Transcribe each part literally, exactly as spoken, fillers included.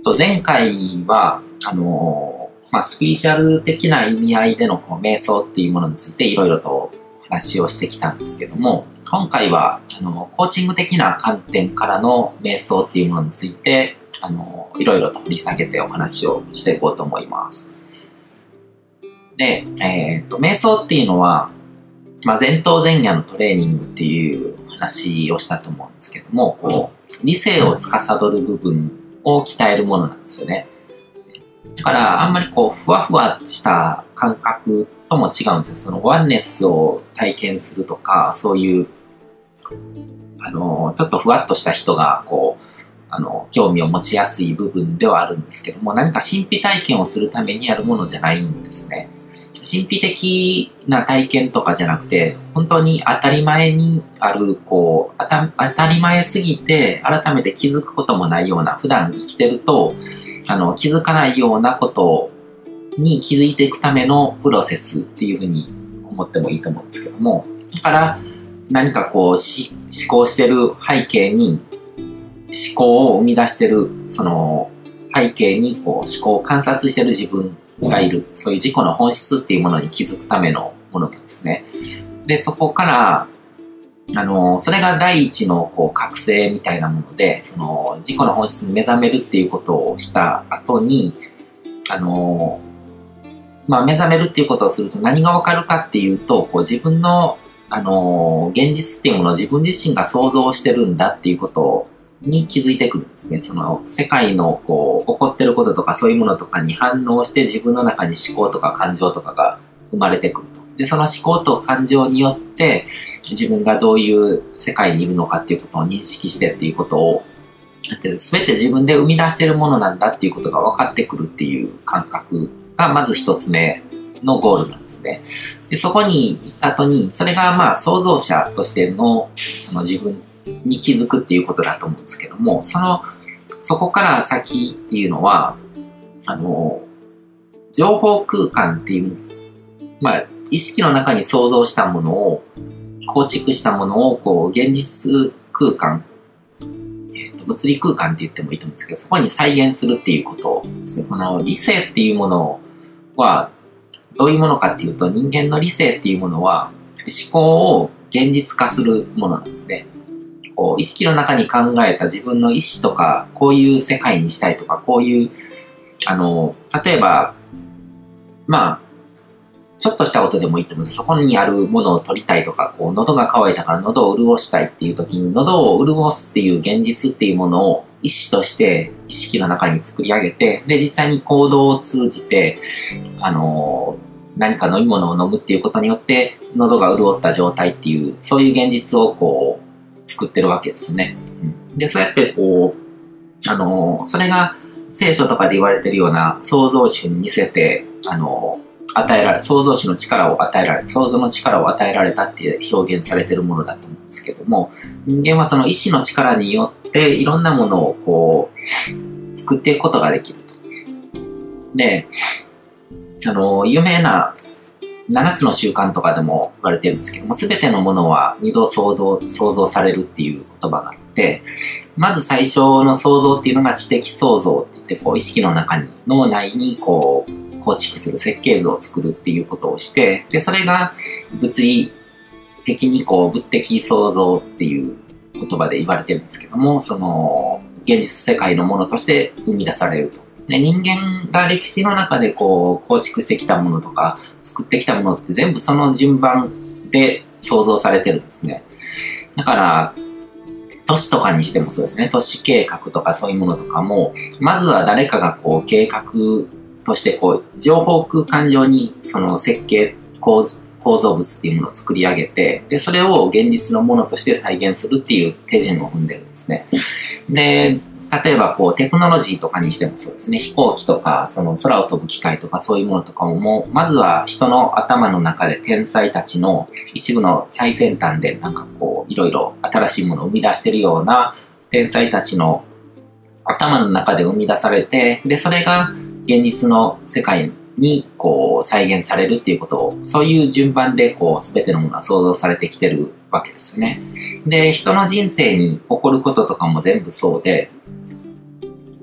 と前回は、あのー、まあ、スピリチュアル的な意味合いでのこう瞑想っていうものについていろいろと話をしてきたんですけども、今回は、あのー、コーチング的な観点からの瞑想っていうものについて、あのー、いろいろと掘り下げてお話をしていこうと思います。で、えっと、瞑想っていうのは、まあ、前頭前野のトレーニングっていう話をしたと思うんですけども、こう理性を司る部分を鍛えるものなんですよね。だからあんまりこうふわふわした感覚とも違うんですよ。そのワンネスを体験するとか、そういうあのちょっとふわっとした人がこうあの興味を持ちやすい部分ではあるんですけども、何か神秘体験をするためにやるものじゃないんですね。神秘的な体験とかじゃなくて、本当に当たり前にある、こう、あた当たり前すぎて、改めて気づくこともないような、普段生きてると、あの、気づかないようなことに気づいていくためのプロセスっていうふうに思ってもいいと思うんですけども、だから何かこう、し思考してる背景に、思考を生み出してる、その背景にこう思考を観察してる自分がいる、そういう自己の本質っていうものに気づくためのものなんですね。で、そこから、あの、それが第一のこう覚醒みたいなもので、その自己の本質に目覚めるっていうことをした後に、あの、まあ、目覚めるっていうことをすると何がわかるかっていうと、こう自分の、あの、現実っていうものを自分自身が想像してるんだっていうことをに気づいてくるんですね。その世界のこう起こってることとかそういうものとかに反応して自分の中に思考とか感情とかが生まれてくると。で、その思考と感情によって自分がどういう世界にいるのかっていうことを認識してっていうことを全て自分で生み出してるものなんだっていうことが分かってくるっていう感覚がまず一つ目のゴールなんですね。で、そこに行った後に、それがまあ創造者としてのその自分に気づくっていうことだと思うんですけども、その、そこから先っていうのは、あの、情報空間っていう、まあ、意識の中に想像したものを、構築したものを、こう、現実空間、えーと、物理空間って言ってもいいと思うんですけど、そこに再現するっていうことですね。この理性っていうものは、どういうものかっていうと、人間の理性っていうものは、思考を現実化するものなんですね。こう意識の中に考えた自分の意思とか、こういう世界にしたいとか、こういう、あの、例えば、まあ、ちょっとしたことでもいいと思うんです。そこにあるものを取りたいとか、こう、喉が渇いたから喉を潤したいっていう時に、喉を潤すっていう現実っていうものを意思として意識の中に作り上げて、で、実際に行動を通じて、あの、何か飲み物を飲むっていうことによって、喉が潤った状態っていう、そういう現実をこう、作ってるわけですね。うん、で、そうやってこう、あのー、それが聖書とかで言われてるような創造主に似せて、あのー、与えられ、創造主の力を与えられ、創造の力を与えられたって表現されてるものだと思うんですけども、人間はその意志の力によっていろんなものをこう、作っていくことができると。で、あのー、有名なななつの習慣とかでも言われてるんですけども、すべてのものは二度想像、想像されるっていう言葉があって、まず最初の想像っていうのが知的創造って言って、こう意識の中に、脳内にこう構築する設計図を作るっていうことをして、で、それが物理的にこう物的創造っていう言葉で言われてるんですけども、その現実世界のものとして生み出されると。で、人間が歴史の中でこう構築してきたものとか作ってきたものって全部その順番で想像されてるんですね。だから都市とかにしてもそうですね。都市計画とかそういうものとかも、まずは誰かがこう計画としてこう情報空間上にその設計構図構造物っていうものを作り上げて、で、それを現実のものとして再現するっていう手順を踏んでるんですね。で、例えばこうテクノロジーとかにしてもそうですね。飛行機とかその空を飛ぶ機械とかそういうものとかも、もうまずは人の頭の中で天才たちの一部の最先端でなんかこういろいろ新しいものを生み出してるような天才たちの頭の中で生み出されて、で、それが現実の世界にこう再現されるっていうことを、そういう順番でこう全てのものが想像されてきてるわけですね。で、人の人生に起こることとかも全部そうで、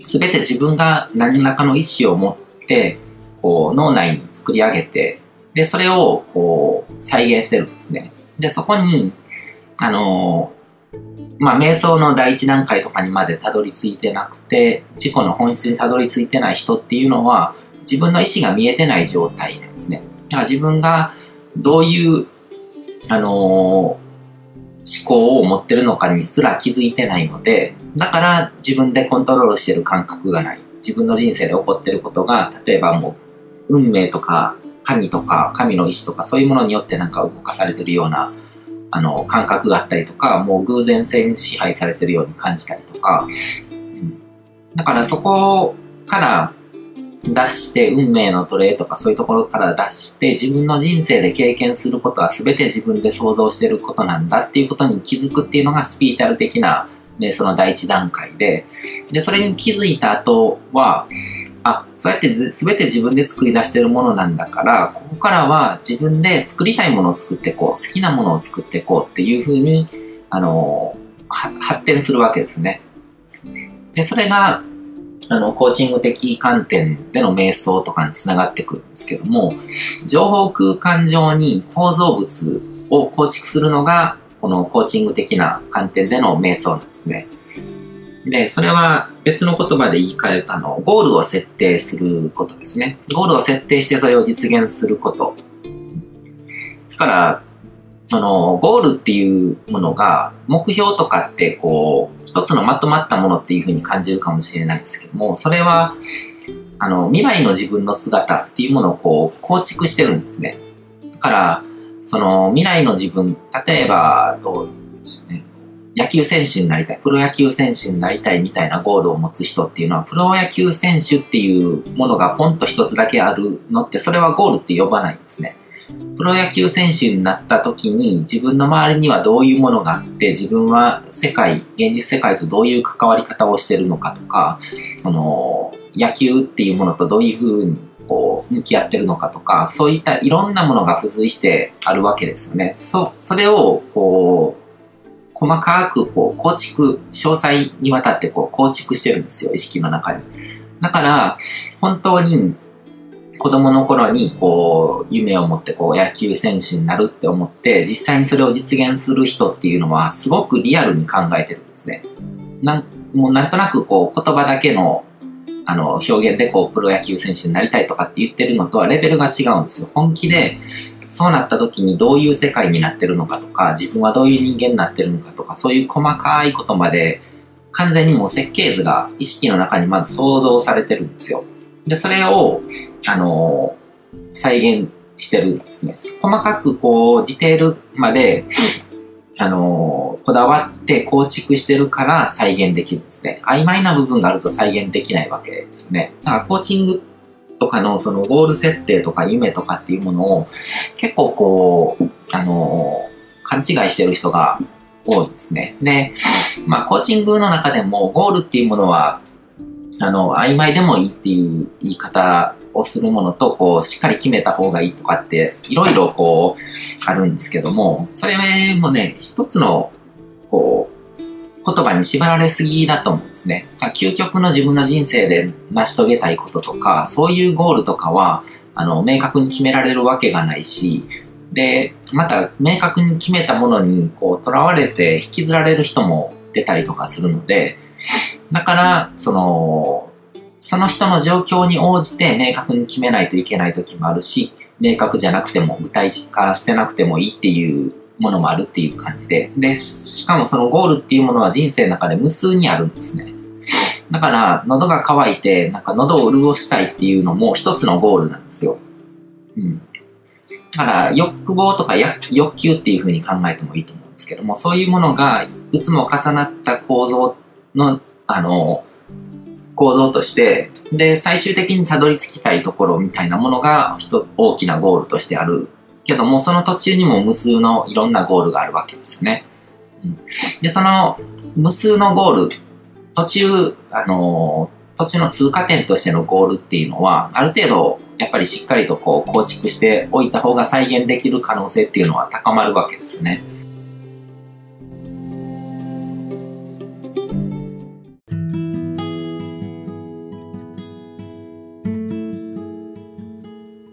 全て自分が何らかの意思を持って、こう、脳内に作り上げて、で、それを、こう、再現してるんですね。で、そこに、あのー、まあ、瞑想の第一段階とかにまでたどり着いてなくて、自己の本質にたどり着いてない人っていうのは、自分の意思が見えてない状態なんですね。だから自分がどういう、あのー、思考を持ってるのかにすら気づいてないので、だから自分でコントロールしてる感覚がない。自分の人生で起こってることが、例えばもう、運命とか、神とか、神の意志とか、そういうものによってなんか動かされてるような、あの、感覚があったりとか、もう偶然性に支配されてるように感じたりとか、うん、だからそこから出して、運命の奴隷とかそういうところから出して、自分の人生で経験することは全て自分で想像してることなんだっていうことに気づくっていうのがスピリチュアル的な瞑想の第一段階で、で、それに気づいた後は、あ、そうやってず全て自分で作り出してるものなんだから、ここからは自分で作りたいものを作っていこう、好きなものを作っていこうっていうふうに、あの、発展するわけですね。で、それが、あの、コーチング的観点での瞑想とかにつながってくるんですけども、情報空間上に構造物を構築するのが、このコーチング的な観点での瞑想なんですね。で、それは別の言葉で言い換えたの、ゴールを設定することですね。ゴールを設定してそれを実現すること。だから、その、ゴールっていうものが、目標とかって、こう、一つのまとまったものっていうふうに感じるかもしれないですけども、それは、あの、未来の自分の姿っていうものをこう、構築してるんですね。だから、その、未来の自分、例えば、どうでしょうね。野球選手になりたい、プロ野球選手になりたいみたいなゴールを持つ人っていうのは、プロ野球選手っていうものがポンと一つだけあるのって、それはゴールって呼ばないんですね。プロ野球選手になった時に自分の周りにはどういうものがあって、自分は世界、現実世界とどういう関わり方をしてるのかとか、その野球っていうものとどういうふうにこう向き合ってるのかとか、そういったいろんなものが付随してあるわけですよね。そ、それをこう、細かくこう構築、詳細にわたってこう構築してるんですよ、意識の中に。だから、本当に子供の頃にこう夢を持ってこう野球選手になるって思って、実際にそれを実現する人っていうのはすごくリアルに考えてるんですね。なんもうなんとなくこう言葉だけのあの表現でこうプロ野球選手になりたいとかって言ってるのとはレベルが違うんですよ。本気でそうなった時にどういう世界になってるのかとか、自分はどういう人間になってるのかとか、そういう細かいことまで完全にもう設計図が意識の中にまず想像されてるんですよ。で、それを、あのー、再現してるんですね。細かくこう、ディテールまで、あのー、こだわって構築してるから再現できるんですね。曖昧な部分があると再現できないわけですね。だからコーチングとかのそのゴール設定とか夢とかっていうものを結構こう、あのー、勘違いしてる人が多いですね。で、まあコーチングの中でもゴールっていうものはあの、曖昧でもいいっていう言い方をするものと、こう、しっかり決めた方がいいとかって、いろいろこう、あるんですけども、それもね、一つの、こう、言葉に縛られすぎだと思うんですね。究極の自分の人生で成し遂げたいこととか、そういうゴールとかは、あの、明確に決められるわけがないし、で、また、明確に決めたものに、こう、囚われて引きずられる人も出たりとかするので、だから、その、その人の状況に応じて明確に決めないといけない時もあるし、明確じゃなくても具体化してなくてもいいっていうものもあるっていう感じで。で、しかもそのゴールっていうものは人生の中で無数にあるんですね。だから、喉が渇いて、なんか喉を潤したいっていうのも一つのゴールなんですよ。うん。だから、欲望とか欲求っていう風に考えてもいいと思うんですけども、そういうものがいくつも重なった構造のあの、構造として、で、最終的にたどり着きたいところみたいなものが一大きなゴールとしてあるけども、その途中にも無数のいろんなゴールがあるわけですよね。うん、で、その無数のゴール、途中、あの、途中の通過点としてのゴールっていうのは、ある程度、やっぱりしっかりとこう構築しておいた方が再現できる可能性っていうのは高まるわけですよね。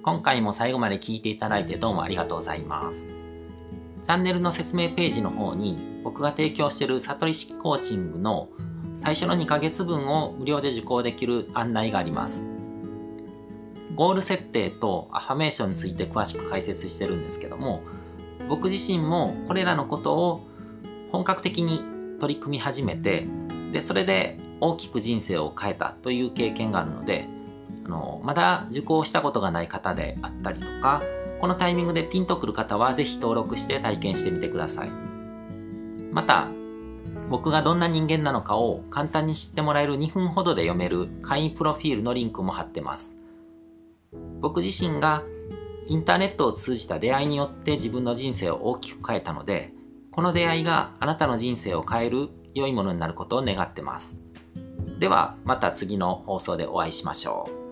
今回も最後まで聞いていただいてどうもありがとうございます。チャンネルの説明ページの方に僕が提供している悟り式コーチングの最初のにかげつぶんを無料で受講できる案内があります。ゴール設定とアファメーションについて詳しく解説してるんですけども、僕自身もこれらのことを本格的に取り組み始めて、でそれで大きく人生を変えたという経験があるので、あのまだ受講したことがない方であったりとか、このタイミングでピンとくる方はぜひ登録して体験してみてください。また、僕がどんな人間なのかを簡単に知ってもらえるにふんほどで読める会員プロフィールのリンクも貼ってます。僕自身がインターネットを通じた出会いによって自分の人生を大きく変えたので、この出会いがあなたの人生を変える良いものになることを願ってます。ではまた次の放送でお会いしましょう。